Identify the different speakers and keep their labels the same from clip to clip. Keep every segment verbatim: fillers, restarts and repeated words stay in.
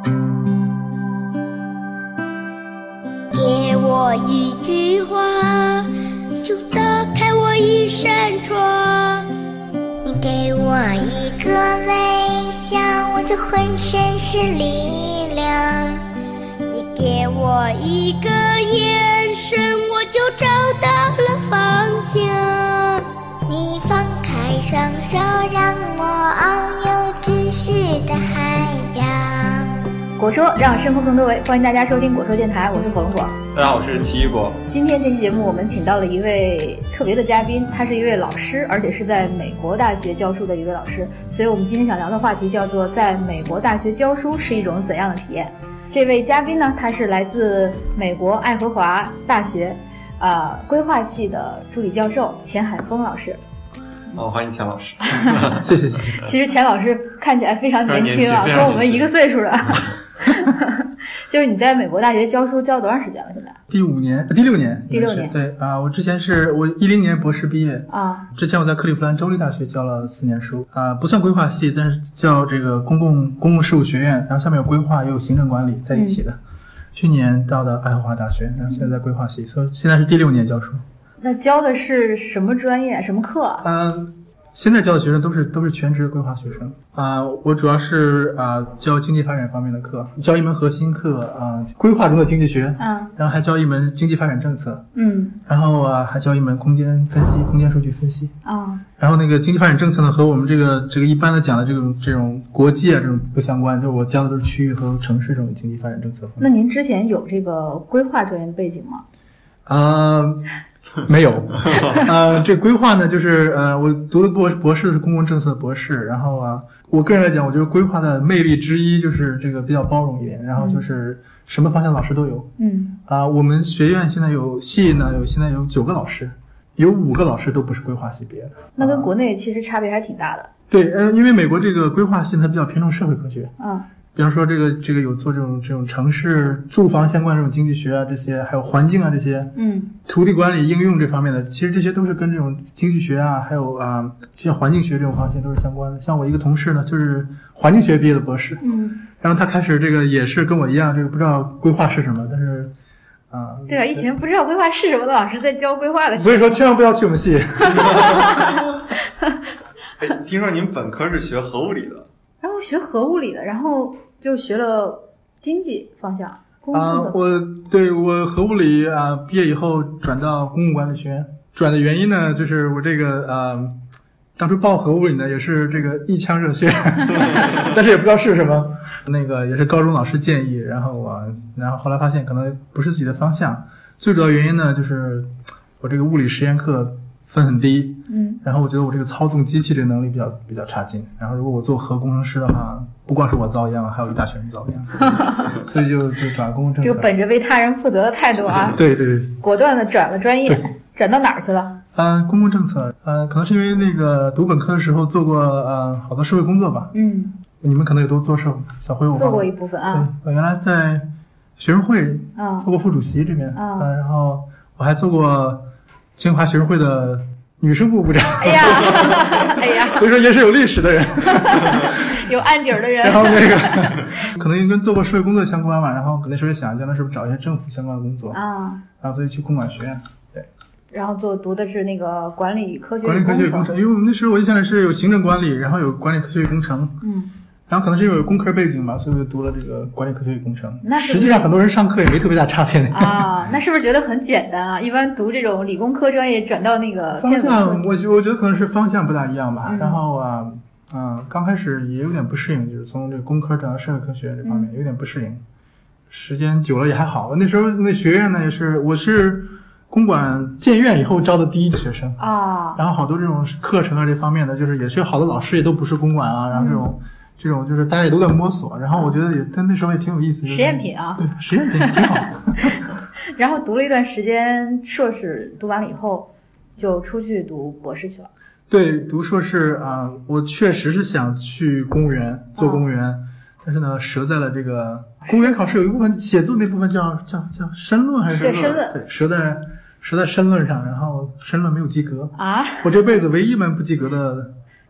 Speaker 1: 给我一句话，就打开我一扇窗。你给我一个微笑，我就浑身是力量。你给我一个眼神，我就找到了方向。你放开双手，让我遨游知识的海洋。
Speaker 2: 果说让生活更多维，欢迎大家收听果说电台，我是火龙果。
Speaker 3: 大家好，我是奇异果。
Speaker 2: 今天这期节目我们请到了一位特别的嘉宾，他是一位老师，而且是在美国大学教书的一位老师，所以我们今天想聊的话题叫做在美国大学教书是一种怎样的体验。这位嘉宾呢，他是来自美国爱荷华大学呃规划系的助理教授钱海峰老师。
Speaker 3: 哦，欢迎钱老师。
Speaker 4: 谢谢谢谢。
Speaker 2: 其实钱老师看起来非常年轻啊，跟我们一个岁数的。就是你在美国大学教书教了多长时间了？现在
Speaker 4: 第五年，第六年，
Speaker 2: 第六年。
Speaker 4: 对啊、呃，我之前是我一零年博士毕业
Speaker 2: 啊，
Speaker 4: 之前我在克利夫兰州立大学教了四年书啊、呃，不算规划系，但是教这个公共公共事务学院，然后下面有规划也有行政管理在一起的。嗯、去年到的爱荷华大学，然后现在在规划系，所以现在是第六年教书。
Speaker 2: 那教的是什么专业？什么课啊？
Speaker 4: 呃现在教的学生都是都是全职规划学生啊、呃，我主要是啊、呃、教经济发展方面的课，教一门核心课啊、呃，规划中的经济学，
Speaker 2: 嗯，
Speaker 4: 然后还教一门经济发展政策，
Speaker 2: 嗯，
Speaker 4: 然后啊还教一门空间分析，空间数据分析，
Speaker 2: 啊、哦，
Speaker 4: 然后那个经济发展政策呢和我们这个这个一般的讲的这种这种国际啊这种不相关，就是我教的都是区域和城市这种经济发展政策。
Speaker 2: 那您之前有这个规划专业的背景吗？
Speaker 4: 啊、呃。没有，呃，这规划呢，就是呃，我读的博博士是公共政策博士，然后啊，我个人来讲，我觉得规划的魅力之一就是这个比较包容一点，然后就是什么方向老师都有，
Speaker 2: 嗯，
Speaker 4: 啊、呃，我们学院现在有系呢，有现在有九个老师，有五个老师都不是规划系毕业的，
Speaker 2: 那跟国内其实差别还挺大的。
Speaker 4: 对，呃，因为美国这个规划系它比较偏重社会科学，
Speaker 2: 嗯。
Speaker 4: 比方说这个这个有做这种这种城市住房相关这种经济学啊，这些还有环境啊这些，
Speaker 2: 嗯，
Speaker 4: 土地管理应用这方面的，其实这些都是跟这种经济学啊，还有啊像环境学这种方向都是相关的。像我一个同事呢，就是环境学毕业的博士，
Speaker 2: 嗯，
Speaker 4: 然后他开始这个也是跟我一样，这个不知道规划是什么，但是啊，
Speaker 2: 对啊，一群不知道规划是什么的老师在教规划的，
Speaker 4: 所以说千万不要去我们系。
Speaker 3: 哎，听说您本科是学核物理的？
Speaker 2: 然后学核物理的，然后就学了经济方向。
Speaker 4: 啊、呃，我对我核物理啊、呃、毕业以后转到公共管理学院，转的原因呢，就是我这个呃当初报核物理呢也是这个一腔热血，但是也不知道是什么，那个也是高中老师建议，然后我然后后来发现可能不是自己的方向，最主要原因呢就是我这个物理实验课分很低，
Speaker 2: 嗯，
Speaker 4: 然后我觉得我这个操纵机器这能力比较比较差劲，然后如果我做核工程师的话，不光是我遭殃，还有一大群人遭殃，所以就就转公共政策，
Speaker 2: 就本着为他人负责的态度啊，
Speaker 4: 对对对，
Speaker 2: 果断的转了专业，转到哪儿去了？
Speaker 4: 呃，公共政策，呃，可能是因为那个读本科的时候做过呃好多社会工作吧，
Speaker 2: 嗯，
Speaker 4: 你们可能也都做社小会，我
Speaker 2: 做过一部分啊，
Speaker 4: 对，我原来在学生会
Speaker 2: 啊
Speaker 4: 做过副主席这边
Speaker 2: 啊、
Speaker 4: 呃，然后我还做过清华学生会的女生部部长，
Speaker 2: 哎呀，哎呀，
Speaker 4: 所以说也是有历史的人，
Speaker 2: 有案底的人。
Speaker 4: 然后那个可能跟做过社会工作相关嘛，然后那时候也想将来是不是找一些政府相关的工作
Speaker 2: 啊，
Speaker 4: 然后所以去公管学院，对，
Speaker 2: 然后做读的是那个管理科学
Speaker 4: 管理科学与工程，因为我们那时候我印象里是有行政管理，然后有管理科学与工程，
Speaker 2: 嗯。
Speaker 4: 然后可能是因为有工科背景吧，所以我就读了这个管理科学与工程。
Speaker 2: 那
Speaker 4: 实际上很多人上课也没特别大差别
Speaker 2: 啊。那是不是觉得很简单啊？一般读这种理工科专业转到那个
Speaker 4: 方向，我觉我觉得可能是方向不大一样吧。
Speaker 2: 嗯、
Speaker 4: 然后啊，嗯、呃，刚开始也有点不适应，就是从这个工科转到社会科学这方面、嗯、有点不适应。时间久了也还好。那时候那学院呢也是，我是公管建院以后招的第一个学生
Speaker 2: 啊。
Speaker 4: 然后好多这种课程啊这方面的，就是也是有好多老师也都不是公管啊，然后这种。嗯这种就是大家也都在摸索，然后我觉得也，但那时候也挺有意思，
Speaker 2: 实验品啊，
Speaker 4: 对，实验品挺好。
Speaker 2: 然后读了一段时间硕士，读完了以后就出去读博士去了。
Speaker 4: 对，读硕士啊、呃，我确实是想去公务员做公务员，哦、但是呢，折在了这个公务员考试有一部分写作那部分叫叫叫申论还是
Speaker 2: 对申论，
Speaker 4: 对，折在折在申论上，然后申论没有及格
Speaker 2: 啊，
Speaker 4: 我这辈子唯一一门不及格的。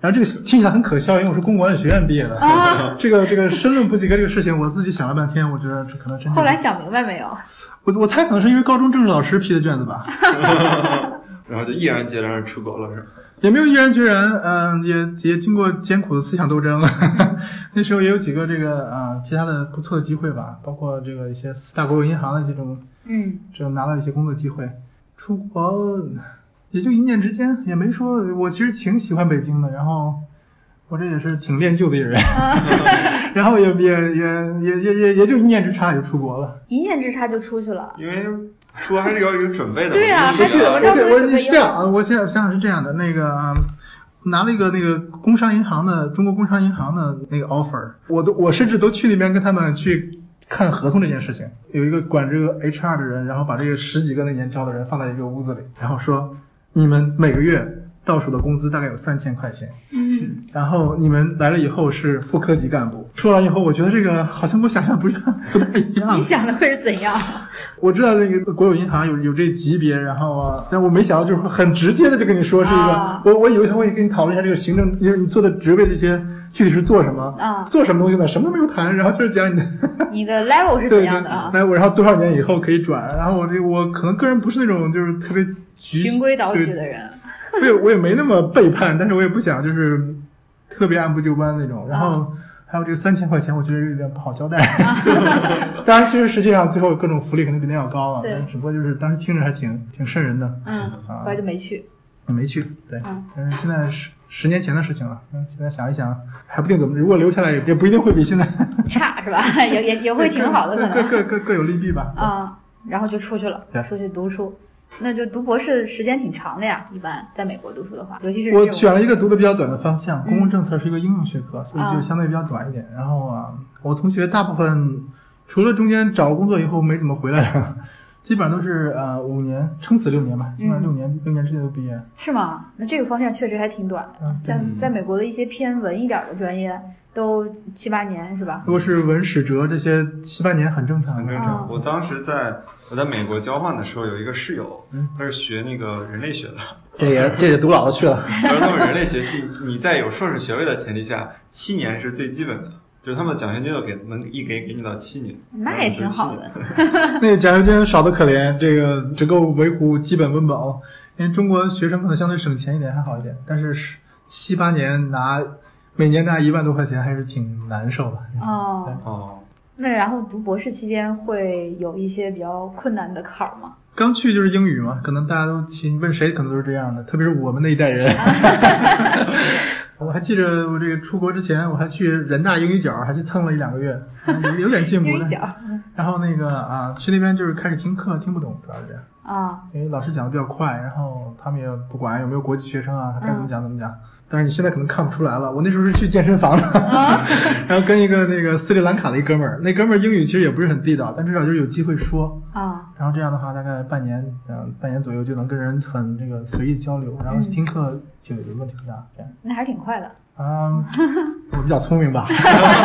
Speaker 4: 然后这个听起来很可笑，因为我是公共管理学院毕业的。
Speaker 2: 啊，
Speaker 4: 这个这个申论不及格这个事情，我自己想了半天，我觉得这可能真。
Speaker 2: 后来想明白没有？
Speaker 4: 我我猜可能是因为高中政治老师批的卷子吧。
Speaker 3: 然后就毅然决然地出国了，是吧？
Speaker 4: 也没有毅然决然，嗯、呃，也也经过艰苦的思想斗争。那时候也有几个这个啊、呃、其他的不错的机会吧，包括这个一些四大国有银行的这种，
Speaker 2: 嗯，
Speaker 4: 这拿到一些工作机会。出国也就一念之间，也没说。我其实挺喜欢北京的，然后我这也是挺恋旧的一人，然后也也也也也也也就一念之差就出国了。
Speaker 2: 一念之差就出去了。
Speaker 3: 因为出国还是要有准备的。
Speaker 2: 对啊，还是
Speaker 3: 怎
Speaker 2: 怎么着
Speaker 4: 我
Speaker 2: 准备
Speaker 4: 是这样啊，我现在想想是这样的，那个、嗯、拿了一个那个工商银行的中国工商银行的那个 offer， 我都我甚至都去那边跟他们去看合同这件事情。有一个管这个 H R 的人，然后把这个十几个那年招的人放在一个屋子里，然后说你们每个月到手的工资大概有三千块钱，
Speaker 2: 嗯，
Speaker 4: 然后你们来了以后是副科级干部。说完以后，我觉得这个好像跟我想象不是不太一样。
Speaker 2: 你想的会是怎样？
Speaker 4: 我知道那个国有银行有有这级别，然后啊，但我没想到就是很直接的就跟你说是一个，
Speaker 2: 啊、
Speaker 4: 我我以为他会跟你讨论一下这个行政，你你做的职位这些具体是做什么
Speaker 2: 啊，
Speaker 4: 做什么东西呢？什么都没有谈，然后就是讲你的
Speaker 2: 你的 level 是怎样的啊？
Speaker 4: 那我然后多少年以后可以转，然后我这我可能个人不是那种就是特别
Speaker 2: 循规蹈矩的人，
Speaker 4: 我也我也没那么背叛，但是我也不想就是特别按部就班那种，然后。啊还有这个三千块钱，我觉得有点不好交代。当然，其实实际上最后各种福利肯定比那要高了，但只不过就是当时听着还挺挺瘆人的。
Speaker 2: 嗯，后来就没去。
Speaker 4: 也没去，对。
Speaker 2: 嗯、
Speaker 4: 但是现在十十年前的事情了，嗯，现在想一想，还不定怎么，如果留下来也也不一定会比现在
Speaker 2: 差，是吧？也也也会挺好的，可能
Speaker 4: 各各各各有利弊吧。
Speaker 2: 啊、嗯，然后就出去了，出去读书。那就读博士时间挺长的呀，一般在美国读书的话，尤其是
Speaker 4: 我选了一个读的比较短的方向，
Speaker 2: 嗯、
Speaker 4: 公共政策是一个应用学科，所以就相对比较短一点。嗯、然后啊，我同学大部分除了中间找了工作以后没怎么回来的，基本上都是呃五年，撑死六年吧，基本上六年、嗯、六年之内都毕业。
Speaker 2: 是吗？那这个方向确实还挺短的。嗯、像在美国的一些偏文一点的专业。都七八年是吧？
Speaker 4: 如果是文史哲这些七八年很正常，
Speaker 3: 很正常。我当时在我在美国交换的时候，有一个室友，嗯、他是学那个人类学的，
Speaker 4: 这也这也读老了去了。
Speaker 3: 他说他们人类学系，你在有硕士学位的前提下，七年是最基本的，就是他们的奖学金都给能一给给你到七年，
Speaker 2: 那也挺好的。
Speaker 4: 那个奖学金少得可怜，这个只够维护基本温饱。因为中国学生可能相对省钱一点，还好一点，但是七八年拿。每年拿一万多块钱还是挺难受的。
Speaker 2: 哦
Speaker 3: 哦，
Speaker 2: 那然后读博士期间会有一些比较困难的坎儿吗？
Speaker 4: 刚去就是英语嘛，可能大家都问谁可能都是这样的，特别是我们那一代人。我还记着我这个出国之前，我还去人大英语角还去蹭了一两个月，有有点进步的。然后那个啊，去那边就是开始听课，听不懂，主要是这样
Speaker 2: 啊，
Speaker 4: 因为老师讲的比较快，然后他们也不管有没有国际学生啊，该怎么讲怎么讲。但是你现在可能看不出来了，我那时候是去健身房的，啊、然后跟一个那个斯里兰卡的一哥们儿，那哥们儿英语其实也不是很地道，但至少就是有机会说
Speaker 2: 啊。
Speaker 4: 然后这样的话，大概半年，嗯，半年左右就能跟人很这个随意交流，然后听课就有问题不大，这样。
Speaker 2: 那还是挺快的。
Speaker 4: 啊，我比较聪明吧。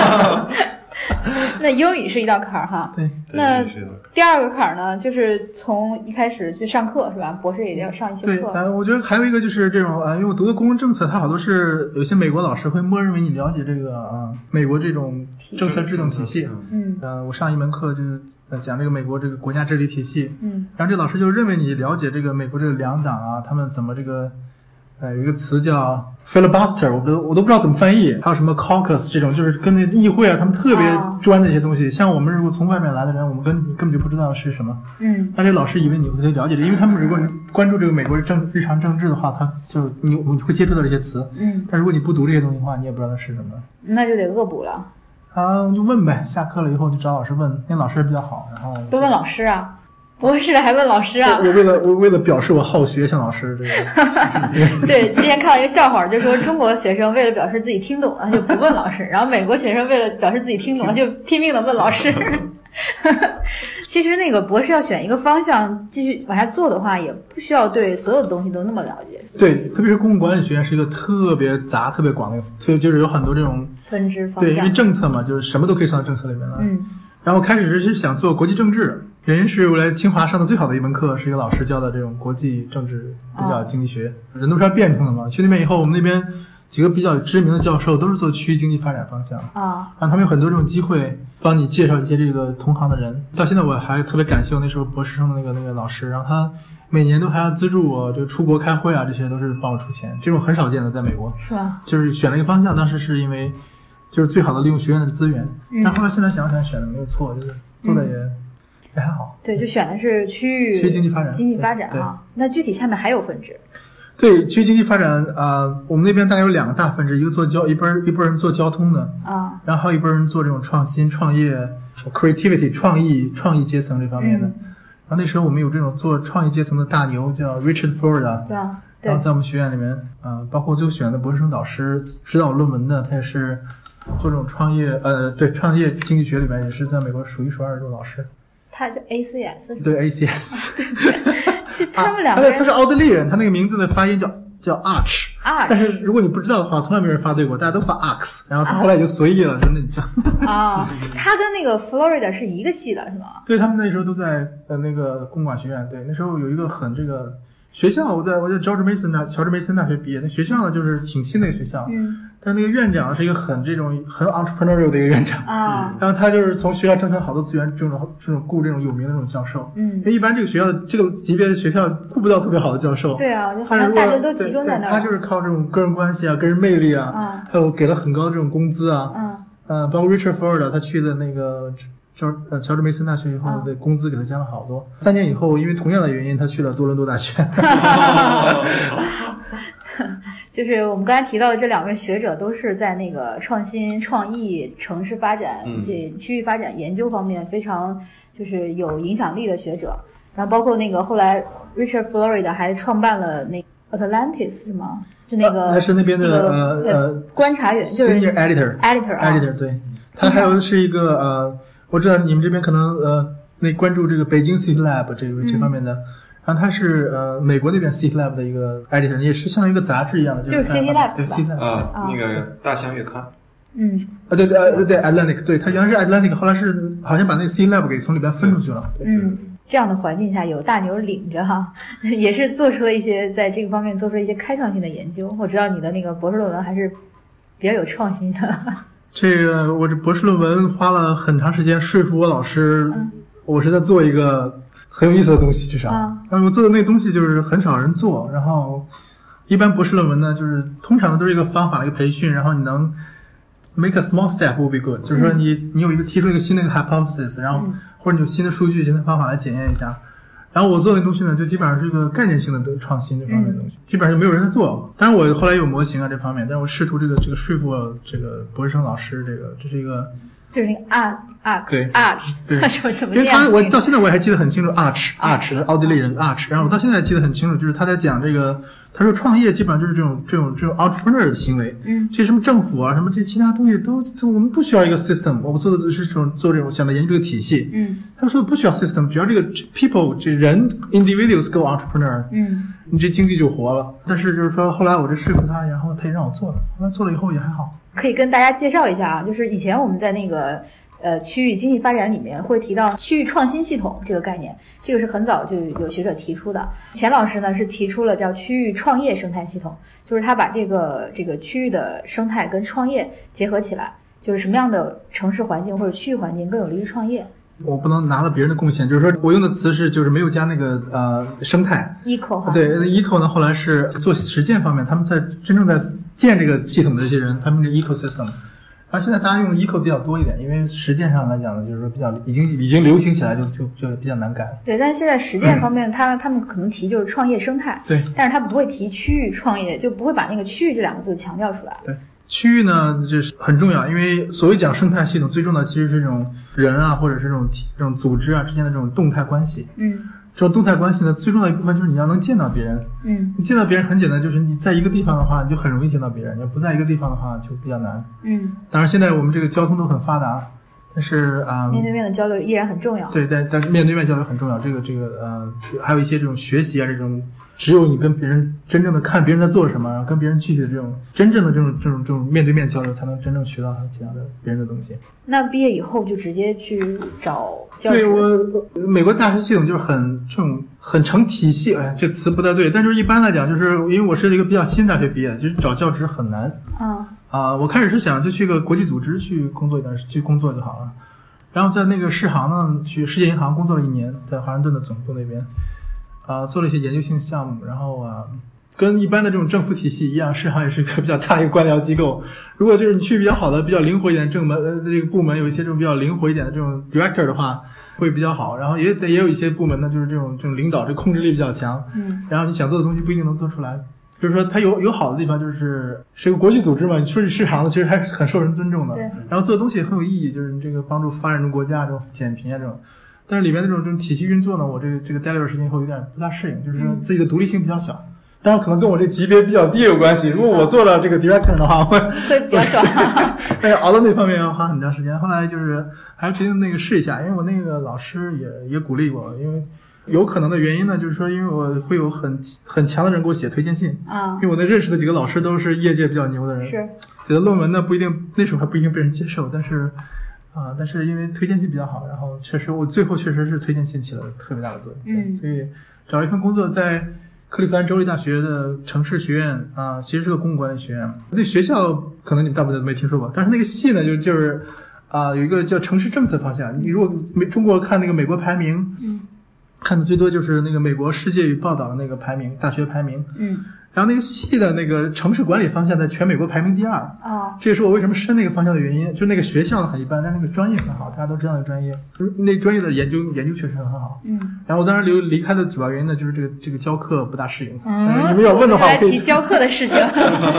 Speaker 2: 那英语是一道坎儿哈，
Speaker 4: 对。
Speaker 2: 那第二个坎儿呢，就是从一开始去上课是吧？博士也要上一些课。
Speaker 4: 对，呃，我觉得还有一个就是这种，呃，因为我读的公共政策，它好多是有些美国老师会默认为你了解这个啊、呃，美国这种政策制定体系。
Speaker 2: 嗯。
Speaker 4: 呃，我上一门课就是呃讲这个美国这个国家治理体系。
Speaker 2: 嗯。
Speaker 4: 然后这老师就认为你了解这个美国这个两党啊，他们怎么这个。呃，有一个词叫 filibuster， 我不我都不知道怎么翻译。还有什么 caucus 这种，就是跟那议会啊，他们特别专的一些东西。哦、像我们如果从外面来的人，我们根根本就不知道是什么。
Speaker 2: 嗯。
Speaker 4: 但是老师以为你会了解这，因为他们如果你关注这个美国政日常政治的话，他就你你会接触到这些词。
Speaker 2: 嗯。
Speaker 4: 但如果你不读这些东西的话，你也不知道它是什么。
Speaker 2: 那就得恶补了。
Speaker 4: 啊，就问呗。下课了以后就找老师问，那老师比较好，然后
Speaker 2: 都问老师啊。博士还问老师啊！
Speaker 4: 我为了我为了表示我好学，向老师这
Speaker 2: 个。对，之前看到一个笑话，就说中国学生为了表示自己听懂了，就不问老师；然后美国学生为了表示自己听懂了，就拼命的问老师。其实那个博士要选一个方向继续往下做的话，也不需要对所有的东西都那么了解。
Speaker 4: 对，特别是公共管理学院是一个特别杂、特别广的，所以就是有很多这种
Speaker 2: 分支方向。
Speaker 4: 对，因为政策嘛，就是什么都可以算到政策里面来。
Speaker 2: 嗯。
Speaker 4: 然后开始是想做国际政治，原因是我来清华上的最好的一门课是一个老师教的这种国际政治比较经济学，哦、人都是要变通的嘛。去那边以后，我们那边几个比较知名的教授都是做区域经济发展方向
Speaker 2: 啊，
Speaker 4: 然后他们有很多这种机会帮你介绍一些这个同行的人。到现在我还特别感谢我那时候博士生的那个那个老师，然后他每年都还要资助我，就出国开会啊，这些都是帮我出钱，这种很少见的，在美国。
Speaker 2: 是吧？
Speaker 4: 就是选了一个方向，当时是因为就是最好的利用学院的资源，
Speaker 2: 嗯、
Speaker 4: 但后来现在想想选的没有错，就是做的也、嗯、也还好。
Speaker 2: 对，就选的是区域
Speaker 4: 区域经济发展，
Speaker 2: 经济发展啊。那具体下面还有分支？
Speaker 4: 对，区域经济发展啊、呃，我们那边大概有两个大分支，一个做交一波一波人做交通的
Speaker 2: 啊，
Speaker 4: 然后还有一波人做这种创新创业 creativity 创意创意阶层这方面的。嗯、然后那时候我们有这种做创意阶层的大牛叫 Richard Florida，
Speaker 2: 对啊，
Speaker 4: 然后在我们学院里面，啊、呃，包括最后选的博士生导师指导论文的，他也是做这种创业，呃，对，创业经济学里面也是在美国数一数二的这种老师。
Speaker 2: 他叫 A C S，
Speaker 4: 对 A C S，
Speaker 2: 对，就他们两个人、
Speaker 4: 啊他，他是奥地利人，他那个名字的发音叫叫 Arch，
Speaker 2: Arch，
Speaker 4: 但是如果你不知道的话，从来没人发对过，大家都发 Arx， 然后他后来也就随意了，真的叫。
Speaker 2: 啊，他跟那个 Florida 是一个系的，是吗？
Speaker 4: 对，他们那时候都在呃那个公管学院，对，那时候有一个很这个学校，我在我在 George Mason 大乔治梅森大学毕业，那学校呢就是挺新的一个学校，
Speaker 2: 嗯。
Speaker 4: 但是那个院长是一个很这种很 entrepreneurial 的一个院长
Speaker 2: 啊，
Speaker 4: 然后他就是从学校争取好多资源，这种这种雇这种有名的这种教授，
Speaker 2: 嗯，
Speaker 4: 因为一般这个学校这个级别的学校雇不到特别好的教授，
Speaker 2: 对啊，就好像大家都集中在那儿，
Speaker 4: 他就是靠这种个人关系啊、个人魅力啊，
Speaker 2: 啊
Speaker 4: 还有给了很高的这种工资啊，
Speaker 2: 嗯，
Speaker 4: 呃，包括 Richard Florida 他去的那个乔呃乔治梅森大学以后的工资给他加了好多，嗯、三年以后因为同样的原因他去了多伦多大学。
Speaker 2: 就是我们刚才提到的这两位学者都是在那个创新创意城市发展、嗯、这区域发展研究方面非常就是有影响力的学者，然后包括那个后来 Richard Florida 还创办了那 Atlantis 是吗？就那个、
Speaker 4: 啊、他是那边的、那个、呃呃
Speaker 2: 观察员，就是
Speaker 4: Senior Editor
Speaker 2: Editor 啊
Speaker 4: Editor 对，他还有是一个呃我知道你们这边可能呃那关注这个北京 City Lab 这个、嗯、这方面的。然后他是呃美国那边 City Lab 的一个 editor， 也是相当于一个杂志一样的，
Speaker 2: 就是 City Lab
Speaker 4: 对 City Lab
Speaker 3: 啊，那个大象月刊。
Speaker 2: 嗯
Speaker 4: 啊对对呃对 Atlantic 对，他原来是 Atlantic， 后来是好像把那个 City Lab 给从里边分出去了。
Speaker 2: 嗯，这样的环境下有大牛领着哈，也是做出了一些在这个方面做出了一些开创性的研究。我知道你的那个博士论文还是比较有创新的。
Speaker 4: 这个我这博士论文花了很长时间说服我老师，
Speaker 2: 嗯、
Speaker 4: 我是在做一个很有意思的东西，至少，
Speaker 2: 啊、
Speaker 4: 然后我做的那东西就是很少人做，然后一般博士论文呢，就是通常都是一个方法一个培训，然后你能 make a small step will be good，、嗯、就是说你你有一个提出一个新的一个 hypothesis， 然后、嗯、或者你有新的数据、新的方法来检验一下。然后我做的东西呢，就基本上是一个概念性的创新这方面的东西，嗯、基本上就没有人在做。当然我后来有模型啊这方面，但是我试图这个这个说服这个博士生老师，这个这是一个。
Speaker 2: 就是那个 arch arch
Speaker 4: 对
Speaker 2: arch
Speaker 4: 对
Speaker 2: 什么什么
Speaker 4: 因为他我到现在我还记得很清楚 arch arch 奥地利人 arch， 然后我到现在记得很清楚，就是他在讲这个，他说创业基本上就是这种这种这种 entrepreneur 的行为，
Speaker 2: 嗯，
Speaker 4: 这什么政府啊什么这其他东西都都我们不需要一个 system， 我们做的就是这种做这种想的研究这个体系，
Speaker 2: 嗯，
Speaker 4: 他说不需要 system， 只要这个 people 这人 individuals go entrepreneur，
Speaker 2: 嗯，
Speaker 4: 你这经济就活了。但是就是说后来我这说服他，然后他也让我做了，后来做了以后也还好。
Speaker 2: 可以跟大家介绍一下啊，就是以前我们在那个。呃，区域经济发展里面会提到区域创新系统这个概念，这个是很早就有学者提出的。钱老师呢是提出了叫区域创业生态系统，就是他把这个这个区域的生态跟创业结合起来，就是什么样的城市环境或者区域环境更有利于创业。
Speaker 4: 我不能拿了别人的贡献，就是说我用的词是就是没有加那个呃生态
Speaker 2: eco 哈，
Speaker 4: 对 eco 呢后来是做实践方面，他们在真正在建这个系统的这些人，他们是 ecosystem。然后现在大家用 eco 比较多一点，因为实践上来讲呢，就是说比较已经已经流行起来就，就就就比较难改。
Speaker 2: 对，但是现在实践方面，他、嗯、他们可能提就是创业生态，
Speaker 4: 对，
Speaker 2: 但是他不会提区域创业，就不会把那个区域这两个字强调出来。
Speaker 4: 对，区域呢就是很重要，因为所谓讲生态系统，最重要的其实是这种人啊，或者是这种这种组织啊之间的这种动态关系。
Speaker 2: 嗯。
Speaker 4: 这种动态关系呢，最重要的一部分就是你要能见到别人。
Speaker 2: 嗯，
Speaker 4: 你见到别人很简单，就是你在一个地方的话，你就很容易见到别人；你要不在一个地方的话，就比较难。
Speaker 2: 嗯，
Speaker 4: 当然现在我们这个交通都很发达，但是啊，
Speaker 2: 嗯、面对面的交流依然很重要。
Speaker 4: 对，但但是面对面交流很重要。这个这个呃，还有一些这种学习啊，这种只有你跟别人真正的看别人在做什么，然后跟别人具体的这种真正的这种这种这种面对面交流，才能真正学到其他的别人的东西。
Speaker 2: 那毕业以后就直接去找教职？
Speaker 4: 对，我美国大学系统就是很这种很成体系，哎，这词不太对，但就是一般来讲，就是因为我是一个比较新大学毕业的，就是找教职很难。
Speaker 2: 啊
Speaker 4: 啊、呃，我开始是想就去个国际组织去工作一段，去工作就好了。然后在那个世行呢，去世界银行工作了一年，在华盛顿的总部那边。啊、呃，做了一些研究性项目，然后啊，跟一般的这种政府体系一样，世行也是一个比较大的一个官僚机构。如果就是你去比较好的、比较灵活一点的政门呃这个部门，有一些这种比较灵活一点的这种 director 的话，会比较好。然后也也有一些部门呢，就是这种这种领导，这控制力比较强。
Speaker 2: 嗯。
Speaker 4: 然后你想做的东西不一定能做出来。就是说，它有有好的地方，就是是个国际组织嘛。你说是市场的，其实还是很受人尊重的。
Speaker 2: 对。
Speaker 4: 然后做的东西也很有意义，就是你这个帮助发展中国家这种减贫啊这种。但是里面的这种这种体系运作呢，我这个这个待了段时间以后有点不大适应，就是说自己的独立性比较小。当然可能跟我这级别比较低有关系。如果我做了这个 director 的话，会
Speaker 2: 会比较少。
Speaker 4: 但是熬到那方面要花很长时间。后来就是还是决定那个试一下，因为我那个老师也也鼓励我，因为有可能的原因呢，就是说因为我会有很很强的人给我写推荐信
Speaker 2: 啊，
Speaker 4: 因为我那认识的几个老师都是业界比较牛的人，
Speaker 2: 是
Speaker 4: 写的论文呢不一定那时候还不一定被人接受，但是。啊，但是因为推荐信比较好，然后确实我最后确实是推荐信起了特别大的作用，
Speaker 2: 嗯，
Speaker 4: 所以找了一份工作在克利夫兰州立大学的城市学院啊，其实是个公共管理学院。那学校可能你们大部分都没听说过，但是那个系呢，就就是啊有一个叫城市政策方向。你如果美中国看那个美国排名，
Speaker 2: 嗯，
Speaker 4: 看的最多就是那个美国世界与报道的那个排名，大学排名，
Speaker 2: 嗯。
Speaker 4: 然后那个系的那个城市管理方向在全美国排名第二
Speaker 2: 啊，
Speaker 4: 这也是我为什么申那个方向的原因。就那个学校很一般，但是那个专业很好，大家都知道那个专业，就是那专业的研究研究确实很好。
Speaker 2: 嗯，
Speaker 4: 然后我当时离离开的主要原因呢，就是这个这个教课不大适应。
Speaker 2: 嗯，
Speaker 4: 你们要问的话，
Speaker 2: 来提教课的事情，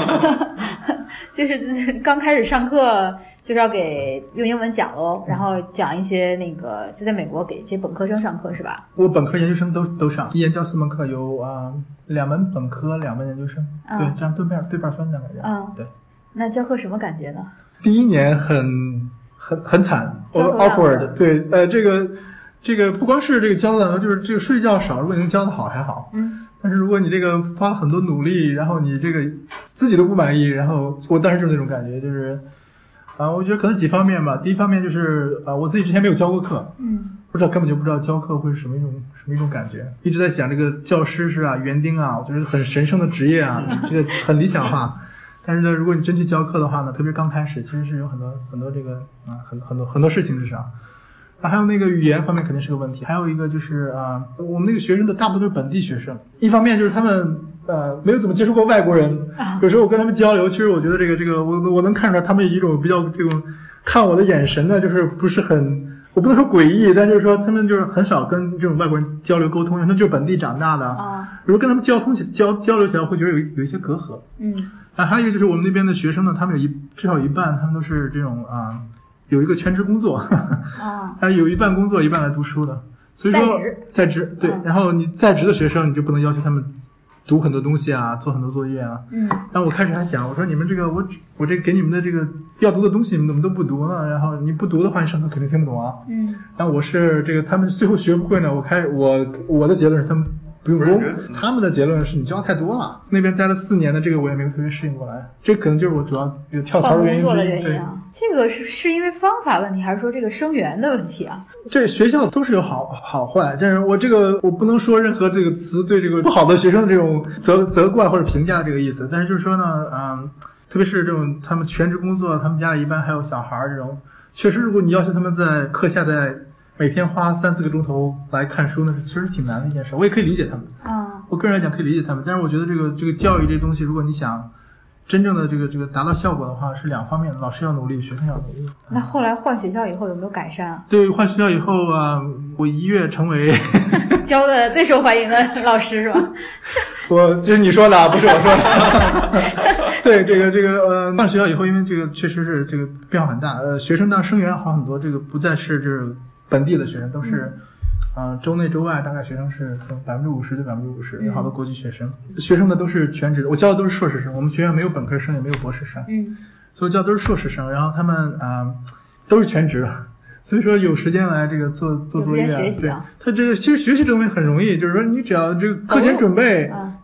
Speaker 2: 就是刚开始上课。就是要给用英文讲喽，然后讲一些那个就在美国给一些本科生上课是吧？
Speaker 4: 我本科研究生都都上，一年教四门课，有啊、呃、两门本科，两门研究生，嗯、对，这样对半对半分大概这样。嗯，对。
Speaker 2: 那教课什么感觉呢？
Speaker 4: 第一年很很很惨 ，awkward， 对，呃，这个这个不光是这个教的，就是这个睡觉少，如果你能教的好还好，
Speaker 2: 嗯。
Speaker 4: 但是如果你这个花了很多努力，然后你这个自己都不满意，然后我当时就是那种感觉，就是。啊，我觉得可能几方面吧。第一方面就是啊，我自己之前没有教过课，
Speaker 2: 嗯，
Speaker 4: 不知道根本就不知道教课会是什么一种什么一种感觉。一直在想这个教师是啊，园丁啊，我觉得很神圣的职业啊，这个很理想化。但是呢，如果你真去教课的话呢，特别刚开始，其实是有很多很多这个啊，很很多很多事情至少。啊，还有那个语言方面肯定是个问题。还有一个就是啊，我们那个学生的大部分都是本地学生，一方面就是他们。呃，没有怎么接触过外国人，有时候我跟他们交流，其实我觉得这个这个，我我能看出来他们有一种比较这种看我的眼神呢，就是不是很，我不能说诡异，但就是说他们就是很少跟这种外国人交流沟通，他们就是本地长大的啊。如果跟他们交通起交交流起来，会觉得有有一些隔阂。
Speaker 2: 嗯。
Speaker 4: 啊，还有一个就是我们那边的学生呢，他们有一至少一半，他们都是这种啊，有一个全职工作啊，啊，有一半工作，一半来读书的，所以说
Speaker 2: 在职
Speaker 4: 在职对，然后你在职的学生，你就不能要求他们。读很多东西啊，做很多作业啊。
Speaker 2: 嗯。
Speaker 4: 然后我开始还想，我说你们这个我我这给你们的这个要读的东西，你们怎么都不读呢？然后你不读的话，你上课肯定听不懂啊。
Speaker 2: 嗯。
Speaker 4: 然后我是这个，他们最后学不会呢。我开我我的结论是他们不用功，他们的结论是你教太多了。那边待了四年的这个我也没有特别适应过来，这可能就是我主要有跳槽的原因之一。
Speaker 2: 对啊，这个是是因为方法问题，还是说这个生源的问题啊？
Speaker 4: 这学校都是有好好坏，但是我这个我不能说任何这个词对这个不好的学生的这种责责怪或者评价这个意思，但是就是说呢，嗯，特别是这种他们全职工作，他们家里一般还有小孩这种，确实如果你要求他们在课下在每天花三四个钟头来看书呢，其实挺难的一件事。我也可以理解他们啊，我个人来讲可以理解他们，但是我觉得这个这个教育这东西，如果你想真正的这个这个达到效果的话，是两方面，老师要努力，学生要努力。
Speaker 2: 那后来换学校以后有没有改善啊？
Speaker 4: 对，换学校以后啊，我一跃成为
Speaker 2: 教的最受欢迎的老师是吧？
Speaker 4: 我这是你说的，不是我说的。对，这个这个呃，换学校以后，因为这个确实是这个变化很大，呃，学生当生源好很多，这个不再是就是本地的学生，都是。嗯啊、呃，州内州外大概学生是百分之五十对百分之五十，有好多国际学生。学生呢都是全职的，我教的都是硕士生。我们学院没有本科生，也没有博士生，
Speaker 2: 嗯，
Speaker 4: 所以教的都是硕士生。然后他们啊、呃、都是全职的，所以说有时间来这个做做作业啊。
Speaker 2: 学习啊，
Speaker 4: 对，他这个其实学习这东西很容易，就是说你只要这个课前准备，
Speaker 2: 啊、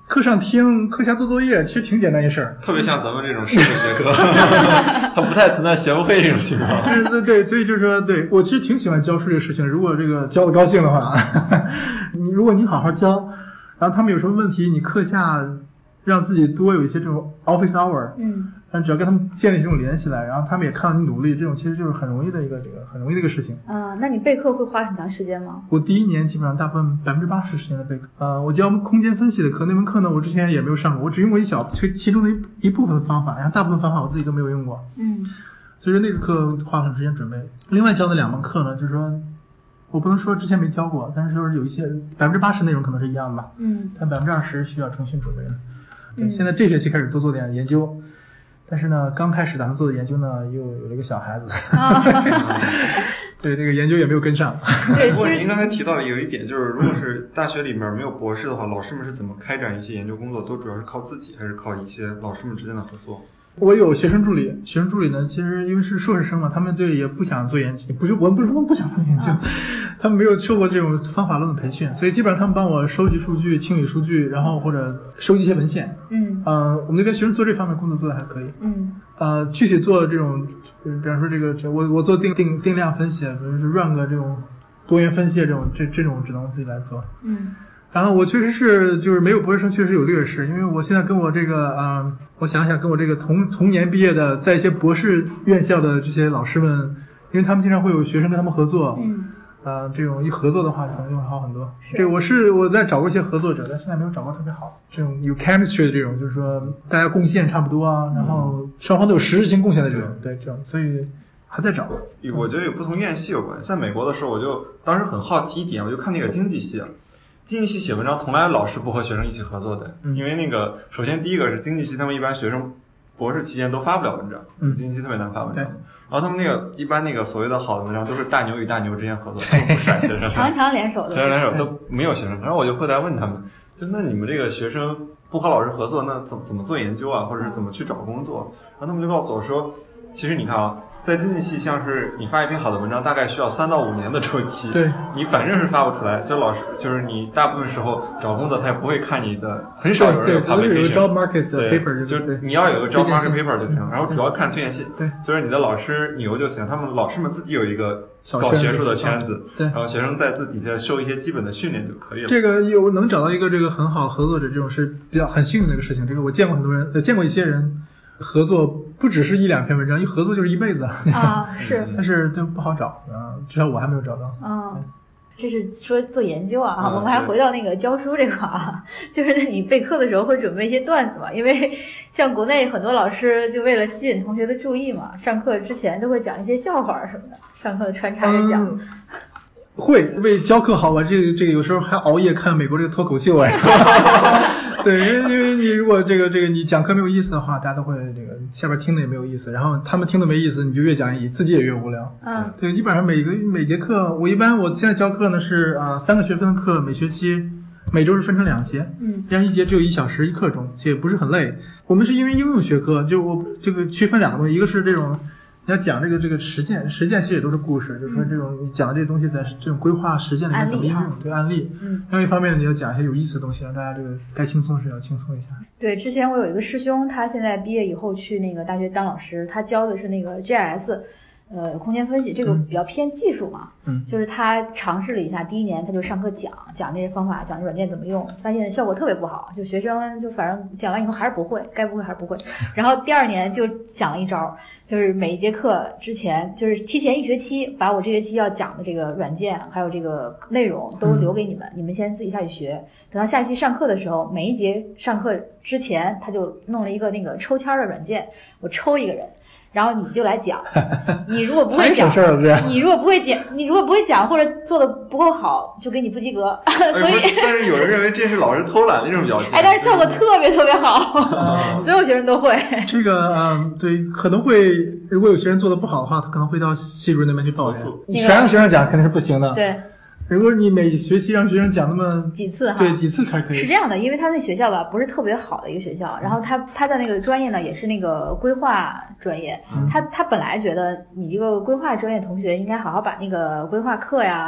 Speaker 4: 课上听，课下做作业，其实挺简单一事儿，
Speaker 3: 特别像咱们这种社会学科，它不太存在学不会这种情况。
Speaker 4: 对对对，所以就是说，对我其实挺喜欢教书这个事情。如果这个教的高兴的话，你如果你好好教，然后他们有什么问题，你课下让自己多有一些这种 office hour，
Speaker 2: 嗯，
Speaker 4: 但只要跟他们建立这种联系来，然后他们也看到你努力，这种其实就是很容易的一个这个很容易的一个事情。
Speaker 2: 啊、那你备课会花很长时间吗？
Speaker 4: 我第一年基本上大部分百分之八十时间的备课，呃，我教空间分析的课，那门课呢，我之前也没有上过，我只用过一小其其中的一一部分方法，然后大部分方法我自己都没有用过，
Speaker 2: 嗯，
Speaker 4: 所以说那个课花了很长时间准备。另外教的两门课呢，就是说我不能说之前没教过，但是就是有一些百分之八十内容可能是一样的吧，
Speaker 2: 嗯，
Speaker 4: 但百分之二十需要重新准备了。对，
Speaker 2: 嗯
Speaker 4: 现在这学期开始多做点研究，但是呢，刚开始打算做的研究呢，又有了一个小孩子，
Speaker 2: 啊、
Speaker 4: 对这个研究也没有跟上。
Speaker 2: 对，
Speaker 3: 不过
Speaker 2: 其实
Speaker 3: 您刚才提到的有一点，就是如果是大学里面没有博士的话，老师们是怎么开展一些研究工作？都主要是靠自己，还是靠一些老师们之间的合作？
Speaker 4: 我有学生助理，学生助理呢，其实因为是硕士生嘛，他们对也不想做研究，不是我不是说不想做研究，
Speaker 2: 啊、
Speaker 4: 他们没有受过这种方法论的培训，所以基本上他们帮我收集数据、清理数据，然后或者收集一些文献。
Speaker 2: 嗯，
Speaker 4: 呃，我们那边学生做这方面工作做的还可以。
Speaker 2: 嗯，
Speaker 4: 呃，具体做这种，比方说这个，这我我做定定定量分析，比如说 run 个这种多元分析这种，这这种只能自己来做。
Speaker 2: 嗯。
Speaker 4: 然后我确实是就是没有博士生确实有劣势，因为我现在跟我这个啊、呃，我想想跟我这个同同年毕业的，在一些博士院校的这些老师们，因为他们经常会有学生跟他们合作，
Speaker 2: 嗯，
Speaker 4: 呃，这种一合作的话可能就会好很多。这个我是我在找过一些合作者，但现在没有找过特别好这种有 chemistry 的这种，就是说大家贡献差不多啊，然后双方都有实质性贡献的这种，对这种，所以还在找。
Speaker 3: 我觉得有不同院系有关系。在美国的时候，我就当时很好奇一点，我就看那个经济系。经济系写文章从来老师不和学生一起合作的，
Speaker 4: 嗯、
Speaker 3: 因为那个首先第一个是经济系他们一般学生博士期间都发不了文章，
Speaker 4: 嗯，
Speaker 3: 经济系特别难发文章。
Speaker 4: 然
Speaker 3: 后他们那个一般那个所谓的好的文章都是大牛与大牛之间合作，都不甩学生，
Speaker 2: 强强联手的，
Speaker 3: 强强联手都没有学生。然后我就后来问他们，就那你们这个学生不和老师合作，那怎怎么做研究啊，或者是怎么去找工作？然后他们就告诉我说，其实你看啊。在经济系，像是你发一篇好的文章，大概需要三到五年的周期。
Speaker 4: 对，
Speaker 3: 你反正是发不出来，所以老师就是你大部分时候找工作，他也不会看你的，很少有人有 publication。
Speaker 4: 对，有个 job market paper，
Speaker 3: 就是你要有个 job market paper 就行，然后主要看推荐信。
Speaker 4: 对，
Speaker 3: 就是你的老师牛就行，他们老师们自己有一个搞学术的圈子，
Speaker 4: 对，
Speaker 3: 然后学生在自底下受一些基本的训练就可以了。
Speaker 4: 这个有能找到一个这个很好合作者，这种是比较很幸运的一个事情。这个我见过很多人，呃，见过一些人。合作不只是一两篇文章，一合作就是一辈子
Speaker 2: 啊，是，
Speaker 4: 但是就不好找啊，至少我还没有找到
Speaker 2: 啊。这是说做研究啊，
Speaker 3: 嗯、
Speaker 2: 我们还回到那个教书这块啊，就是你备课的时候会准备一些段子嘛，因为像国内很多老师就为了吸引同学的注意嘛，上课之前都会讲一些笑话什么的，上课穿插着讲。
Speaker 4: 嗯会为教课好，我这个这个有时候还熬夜看美国这个脱口秀啊。对，因为因为你如果这个这个你讲课没有意思的话，大家都会这个下边听的也没有意思，然后他们听的没意思，你就越讲自己也越无聊。
Speaker 2: 嗯，
Speaker 4: 对，基本上每个每节课，我一般我现在教课呢是啊、呃、三个学分的课，每学期每周是分成两节，
Speaker 2: 嗯，
Speaker 4: 这样一节只有一小时一刻钟，其实也不是很累。我们是因为应用学科，就我这个区分两个东西，一个是这种。你要讲这个这个实践，实践其实也都是故事，就是说这种你讲的这些东西在这种规划实践里面怎么应用，对案例。
Speaker 2: 嗯。
Speaker 4: 另外一方面，你要讲一些有意思的东西，让大家这个该轻松时要轻松一下。
Speaker 2: 对，之前我有一个师兄，他现在毕业以后去那个大学当老师，他教的是那个 G I S。呃，空间分析这个比较偏技术嘛，
Speaker 4: 嗯，
Speaker 2: 就是他尝试了一下，第一年他就上课讲讲这些方法，讲这软件怎么用，发现效果特别不好，就学生就反正讲完以后还是不会，该不会还是不会。然后第二年就讲了一招，就是每一节课之前，就是提前一学期把我这学期要讲的这个软件还有这个内容都留给你们，嗯、你们先自己下去学。等到下去上课的时候，每一节上课之前他就弄了一个那个抽签的软件，我抽一个人。然后你就来讲，你如果不会讲，你如果不会讲，你如果不会讲或者做的不够好，就给你不及格。所以，
Speaker 3: 但是有人认为这是老师偷懒的一种表现。
Speaker 2: 哎，但是效果特别特别好，所有学生都会。
Speaker 4: 这个嗯，对，可能会如果有学生做的不好的话，他可能会到系主任那边去抱怨。你全让学生讲肯定是不行的。
Speaker 2: 对。
Speaker 4: 如果你每学期让学生讲那么
Speaker 2: 几次哈，
Speaker 4: 对几次才可以。
Speaker 2: 是这样的，因为他那学校吧不是特别好的一个学校，然后他他的那个专业呢也是那个规划专业，嗯、他他本来觉得你这个规划专业同学应该好好把那个规划课呀、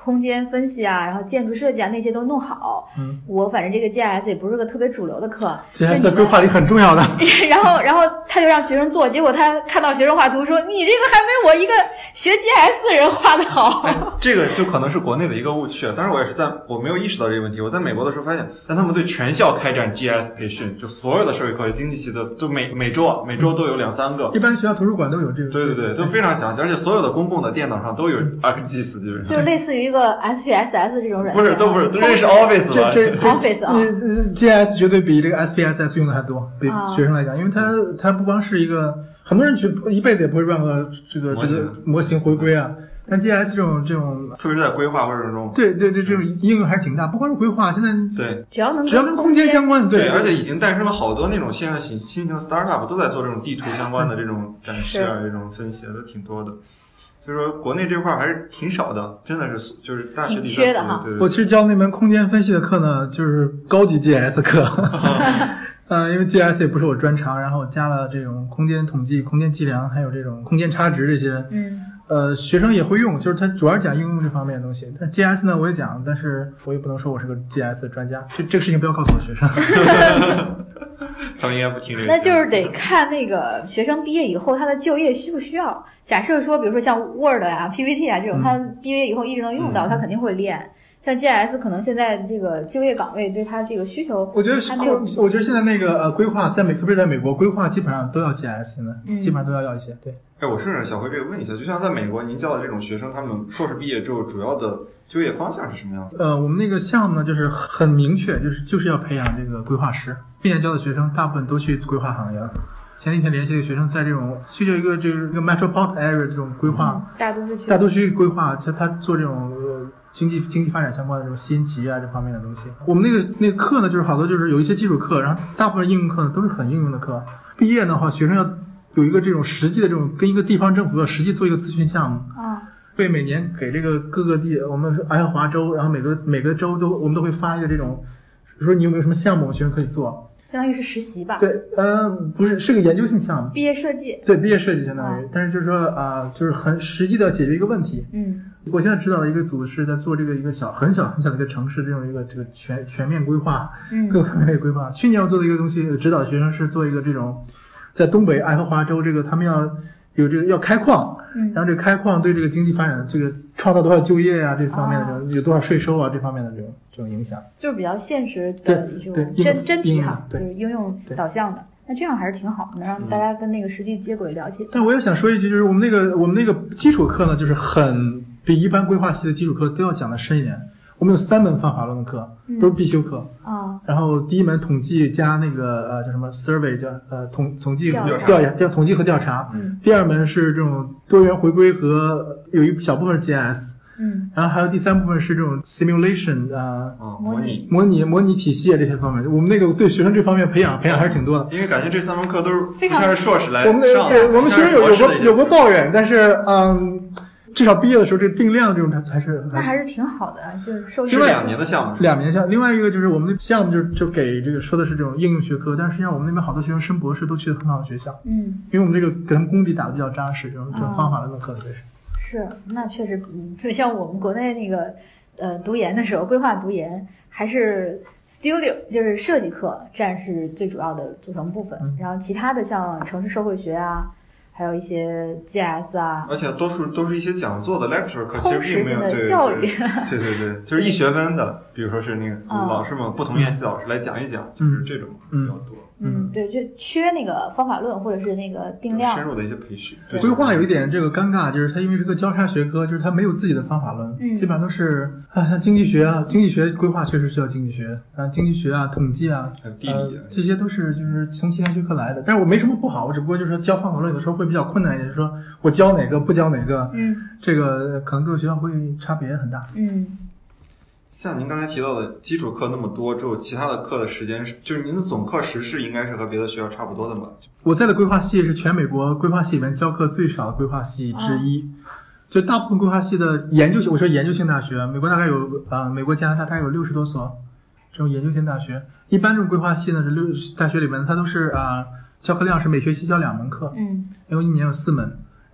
Speaker 2: 空间分析啊，然后建筑设计啊那些都弄好。
Speaker 4: 嗯，
Speaker 2: 我反正这个 G I S 也不是个特别主流的课
Speaker 4: ，G I S 的规划里很重要的。
Speaker 2: 然后，然后他就让学生做，结果他看到学生画图说：“你这个还没我一个学 G I S 的人画的好。
Speaker 3: 哎，这个就可能是国内的一个误区，当时我也是在我没有意识到这个问题。我在美国的时候发现，但他们对全校开展 G I S 培训，就所有的社会科学、经济系的都每每周啊，每周都有两三个。
Speaker 4: 一般学校图书馆都有这个。
Speaker 3: 对对对，都非常详细，而且所有的公共的电脑上都有 ArcGIS， 基本上
Speaker 2: 就是类似于一个 S P S S 这种软件。
Speaker 3: 不是，都不是，这是 Office
Speaker 4: 了。这这
Speaker 2: Office 啊
Speaker 4: ，G I S 绝对比这个 S P S S 用的还多，比学生来讲，因为它它不光是一个，很多人去一辈子也不会让个这个这个模型回归啊。但 G I S 这种这种，
Speaker 3: 特别是在规划或者这种，
Speaker 4: 对对对，这种应用还是挺大。不光是规划，现在
Speaker 3: 对，
Speaker 2: 只要能
Speaker 4: 只要跟空间相关，对，
Speaker 3: 而且已经诞生了好多那种现在新新型的 startup 都在做这种地图相关的这种展示啊，这种分析都挺多的。所以说国内这块还是挺少的，真的是就是大学里
Speaker 2: 缺的哈。
Speaker 3: 对对对，
Speaker 4: 我其实教那门空间分析的课呢，就是高级 G I S 课。呃，因为 G I S 也不是我专长，然后加了这种空间统计、空间计量，还有这种空间差值这些。嗯。呃，学生也会用，就是他主要是讲应用这方面的东西。但 G I S 呢，我也讲，但是我也不能说我是个 G I S 的专家。这这个事情不要告诉我学生。
Speaker 3: 他们应该不听这个。
Speaker 2: 那就是得看那个学生毕业以后他的就业需不需要。假设说，比如说像 Word 啊、P P T 啊这种，他毕业以后一直能用到，他肯定会练。像 G I S 可能现在这个就业岗位对他这个需求，
Speaker 4: 我觉得是，我觉得现在那个呃规划在美，特别是在美国，规划基本上都要 G I S， 现在、嗯、基本上都要要一些。对。
Speaker 3: 哎，我顺着小辉这个问一下，就像在美国，您教的这种学生，他们硕士毕业之后，主要的就业方向是什么样子？
Speaker 4: 呃，我们那个项目呢，就是很明确，就是就是要培养这个规划师。今年教的学生大部分都去规划行业了。前几天联系的学生在这种去就一个这个一个 metropolitan area 这种规划，
Speaker 2: 嗯、大都市区
Speaker 4: 大都市规划，其实他做这种呃经济经济发展相关的这种新奇啊这方面的东西。我们那个那个课呢，就是好多就是有一些基础课，然后大部分应用课呢都是很应用的课。毕业的话，学生要有一个这种实际的这种跟一个地方政府要实际做一个咨询项目啊，会每年给这个各个地，我们爱荷华州，然后每个每个州都我们都会发一个这种，说你有没有什么项目学生可以做。
Speaker 2: 相当于是实习吧？
Speaker 4: 对，呃，不是，是个研究性项目。
Speaker 2: 毕业设计。
Speaker 4: 对，毕业设计相当于，啊、但是就是说啊、呃，就是很实际的解决一个问题。嗯，我现在指导的一个组是在做这个一个小很小很小的一个城市这种一个这个全全面规划，嗯，各方面的规划。去年我做的一个东西，指导的学生是做一个这种，在东北爱荷华州这个他们要有这个要开矿，嗯，然后这个开矿对这个经济发展这个创造多少就业啊这方面的这种、啊、有多少税收啊这方面的这种。这种影响
Speaker 2: 就是比较现实的一种真真题哈，就是应用导向的。那这样还是挺好的，能让大家跟那个实际接轨了解。
Speaker 4: 但我也想说一句，就是我们那个我们那个基础课呢，就是很比一般规划系的基础课都要讲的深一点。我们有三门方法论的课，都是必修课啊、嗯。然后第一门统计加那个呃叫什么 survey 叫呃统统计和调查，调统计和调查。嗯。第二门是这种多元回归和有一小部分是 G I S。嗯，然后还有第三部分是这种 simulation 啊、
Speaker 3: 呃，模拟
Speaker 4: 模拟模拟体系啊这些方面，我们那个对学生这方面培养培养还是挺多的。
Speaker 3: 因为感觉这三门课都是不像是硕士来上，
Speaker 4: 我们的对我们学生有有过有过抱怨，但是嗯，至少毕业的时候这定量这种才是
Speaker 2: 那还是挺好的，就是收益。
Speaker 3: 另外两年的项目，
Speaker 4: 两年项，另外一个就是我们的项目就就给这个说的是这种应用学科，但是实际上我们那边好多学生升博士都去了很好的学校，嗯，因为我们这个给他们功底打得比较扎实，这种这种方法论的课特别是。
Speaker 2: 是，那确实，嗯，像我们国内那个，呃，读研的时候，规划读研还是 studio， 就是设计课占是最主要的组成部分，嗯、然后其他的像城市社会学啊，还有一些 G I S 啊，
Speaker 3: 而且多数都是一些讲座的 lecture 课，其实并没有对
Speaker 2: 教育，
Speaker 3: 对对对，就是一学分的，比如说是那个老师们、嗯、不同院系老师来讲一讲，嗯、就是这种比较多。
Speaker 2: 嗯，对，就缺那个方法论或者是那个定量
Speaker 3: 深入的一些培训。
Speaker 4: 规划有一点这个尴尬，就是它因为是个交叉学科，就是它没有自己的方法论，嗯、基本上都是啊，像经济学啊，经济学规划确实需要经济学啊，经济学啊，统计啊，
Speaker 3: 还有地理啊、
Speaker 4: 呃，这些都是就是从其他学科来的。但是我没什么不好，我只不过就是说教方法论有的时候会比较困难一点，就是说我教哪个不教哪个，嗯，这个可能各个学校会差别很大，
Speaker 2: 嗯。
Speaker 3: 像您刚才提到的基础课那么多之后，其他的课的时间是，就是您的总课时是应该是和别的学校差不多的吧？
Speaker 4: 我在的规划系是全美国规划系里面教课最少的规划系之一。哦、就大部分规划系的研究性，我说研究性大学，美国大概有呃，美国加拿大大概有六十多所这种研究性大学。一般这种规划系呢，这六大学里面它都是啊、呃，教课量是每学期教两门课，嗯，因为一年有四门。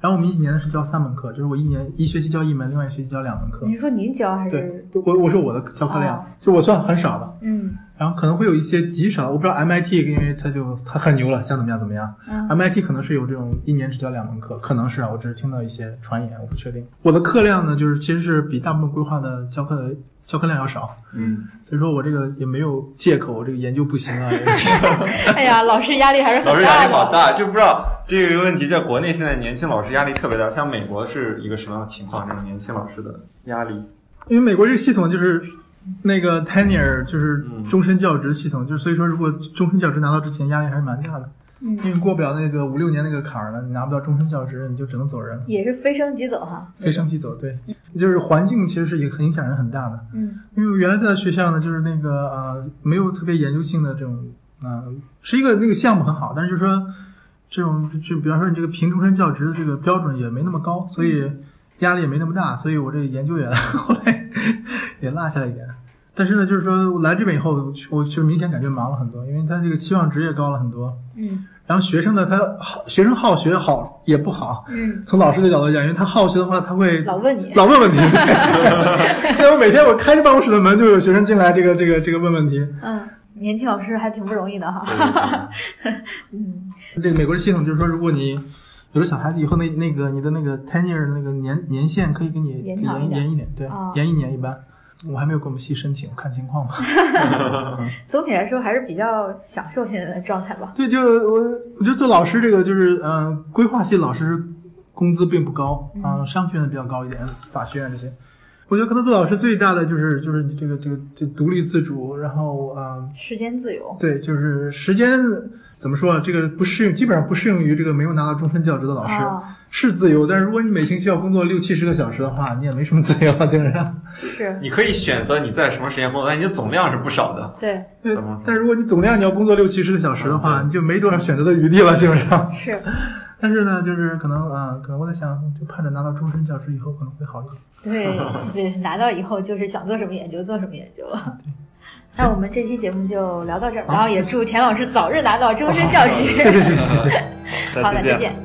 Speaker 4: 然后我们一几年的是教三门课，就是我一年一学期教一门，另外一学期教两门课。
Speaker 2: 你是说您教还是？
Speaker 4: 对，我我说我的教课量，哦、就我算很少的。
Speaker 2: 嗯。
Speaker 4: 然后可能会有一些极少，我不知道 M I T， 因为他就他很牛了，想怎么样怎么样。嗯、M I T 可能是有这种一年只教两门课，可能是啊，我只是听到一些传言，我不确定。我的课量呢，就是其实是比大部分规划的教课的教课量要少。
Speaker 3: 嗯，
Speaker 4: 所以说我这个也没有借口，我这个研究不行啊。
Speaker 2: 哎呀，老师压力还是很大的。
Speaker 3: 老师压力好大，就不知道这个问题在国内现在年轻老师压力特别大，像美国是一个什么样的情况？这种年轻老师的压力？
Speaker 4: 因为美国这个系统就是那个 tenure 就是终身教职系统，嗯、就是所以说如果终身教职拿到之前压力还是蛮大的。嗯，因为过不了那个五六年那个坎儿了，你拿不到终身教职，你就只能走人。
Speaker 2: 也是飞升即走哈。
Speaker 4: 飞升即走，对，就是环境其实是也很影响人很大的。嗯，因为我原来在学校呢，就是那个呃没有特别研究性的这种，嗯、呃，是一个那个项目很好，但是就是说这种就比方说你这个评终身教职的这个标准也没那么高，所以压力也没那么大，所以我这个研究也后来也落下来一点。但是呢，就是说我来这边以后，我就明显感觉忙了很多，因为他这个期望值也高了很多。嗯。然后学生呢，他好，学生好学好也不好。嗯。从老师的角度讲，因为他好学的话，他会
Speaker 2: 老问你，
Speaker 4: 老问问题。所以我每天我开着办公室的门，就有学生进来，这个这个这个问问题。
Speaker 2: 嗯，年轻老师还挺不容易的哈。
Speaker 4: 嗯。这个美国的系统就是说，如果你有了小孩子以后，那那个你的那个 tenure 的那个年年限可以给你
Speaker 2: 延
Speaker 4: 延延一点，对，
Speaker 2: 哦、
Speaker 4: 延一年一般。我还没有给我们系申请，看情况吧。
Speaker 2: 总体来说还是比较享受现在的状态吧。
Speaker 4: 对，就我我觉得做老师这个就是呃，规划系老师工资并不高啊、呃，商学院比较高一点，法学院这些。我觉得可能做老师最大的就是就是你这个这个就独立自主，然后呃
Speaker 2: 时间自由。
Speaker 4: 对，就是时间怎么说啊？这个不适用，基本上不适用于这个没有拿到终身教职的老师。哦、是自由，但是如果你每星期要工作六七十个小时的话，你也没什么自由啊，基本上。
Speaker 2: 是。
Speaker 3: 你可以选择你在什么时间工作，但你的总量是不少的。
Speaker 2: 对。
Speaker 4: 对。但如果你总量你要工作六七十个小时的话，嗯、你就没多少选择的余地了，基本上。
Speaker 2: 是。
Speaker 4: 但是呢，就是可能啊、呃，可能我在想，就盼着拿到终身教职以后可能会好一点。
Speaker 2: 对对，拿到以后就是想做什么研究做什么研究了。那我们这期节目就聊到这儿，然后也祝钱老师早日拿到终身教职。
Speaker 4: 谢谢谢谢谢谢。
Speaker 2: 好的，再见。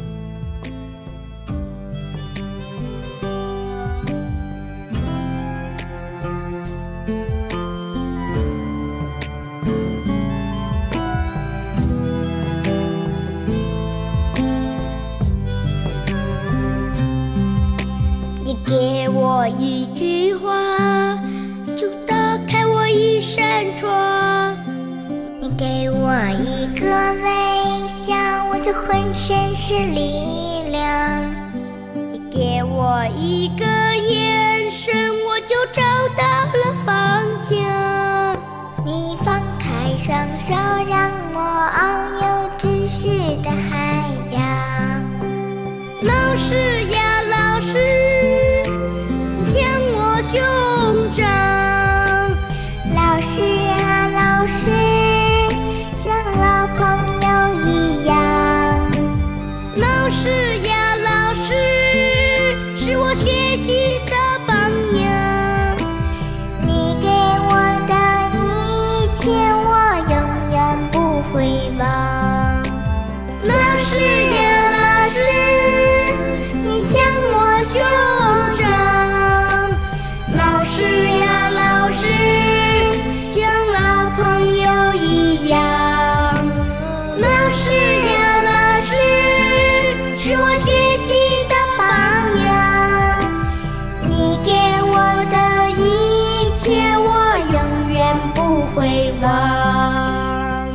Speaker 1: 你给我一句话，就打开我一扇窗。你给我一个微笑，我就浑身是力量。你给我一个眼神，我就找到了方向。你放开双手，让我遨游知识的海洋。老师呀，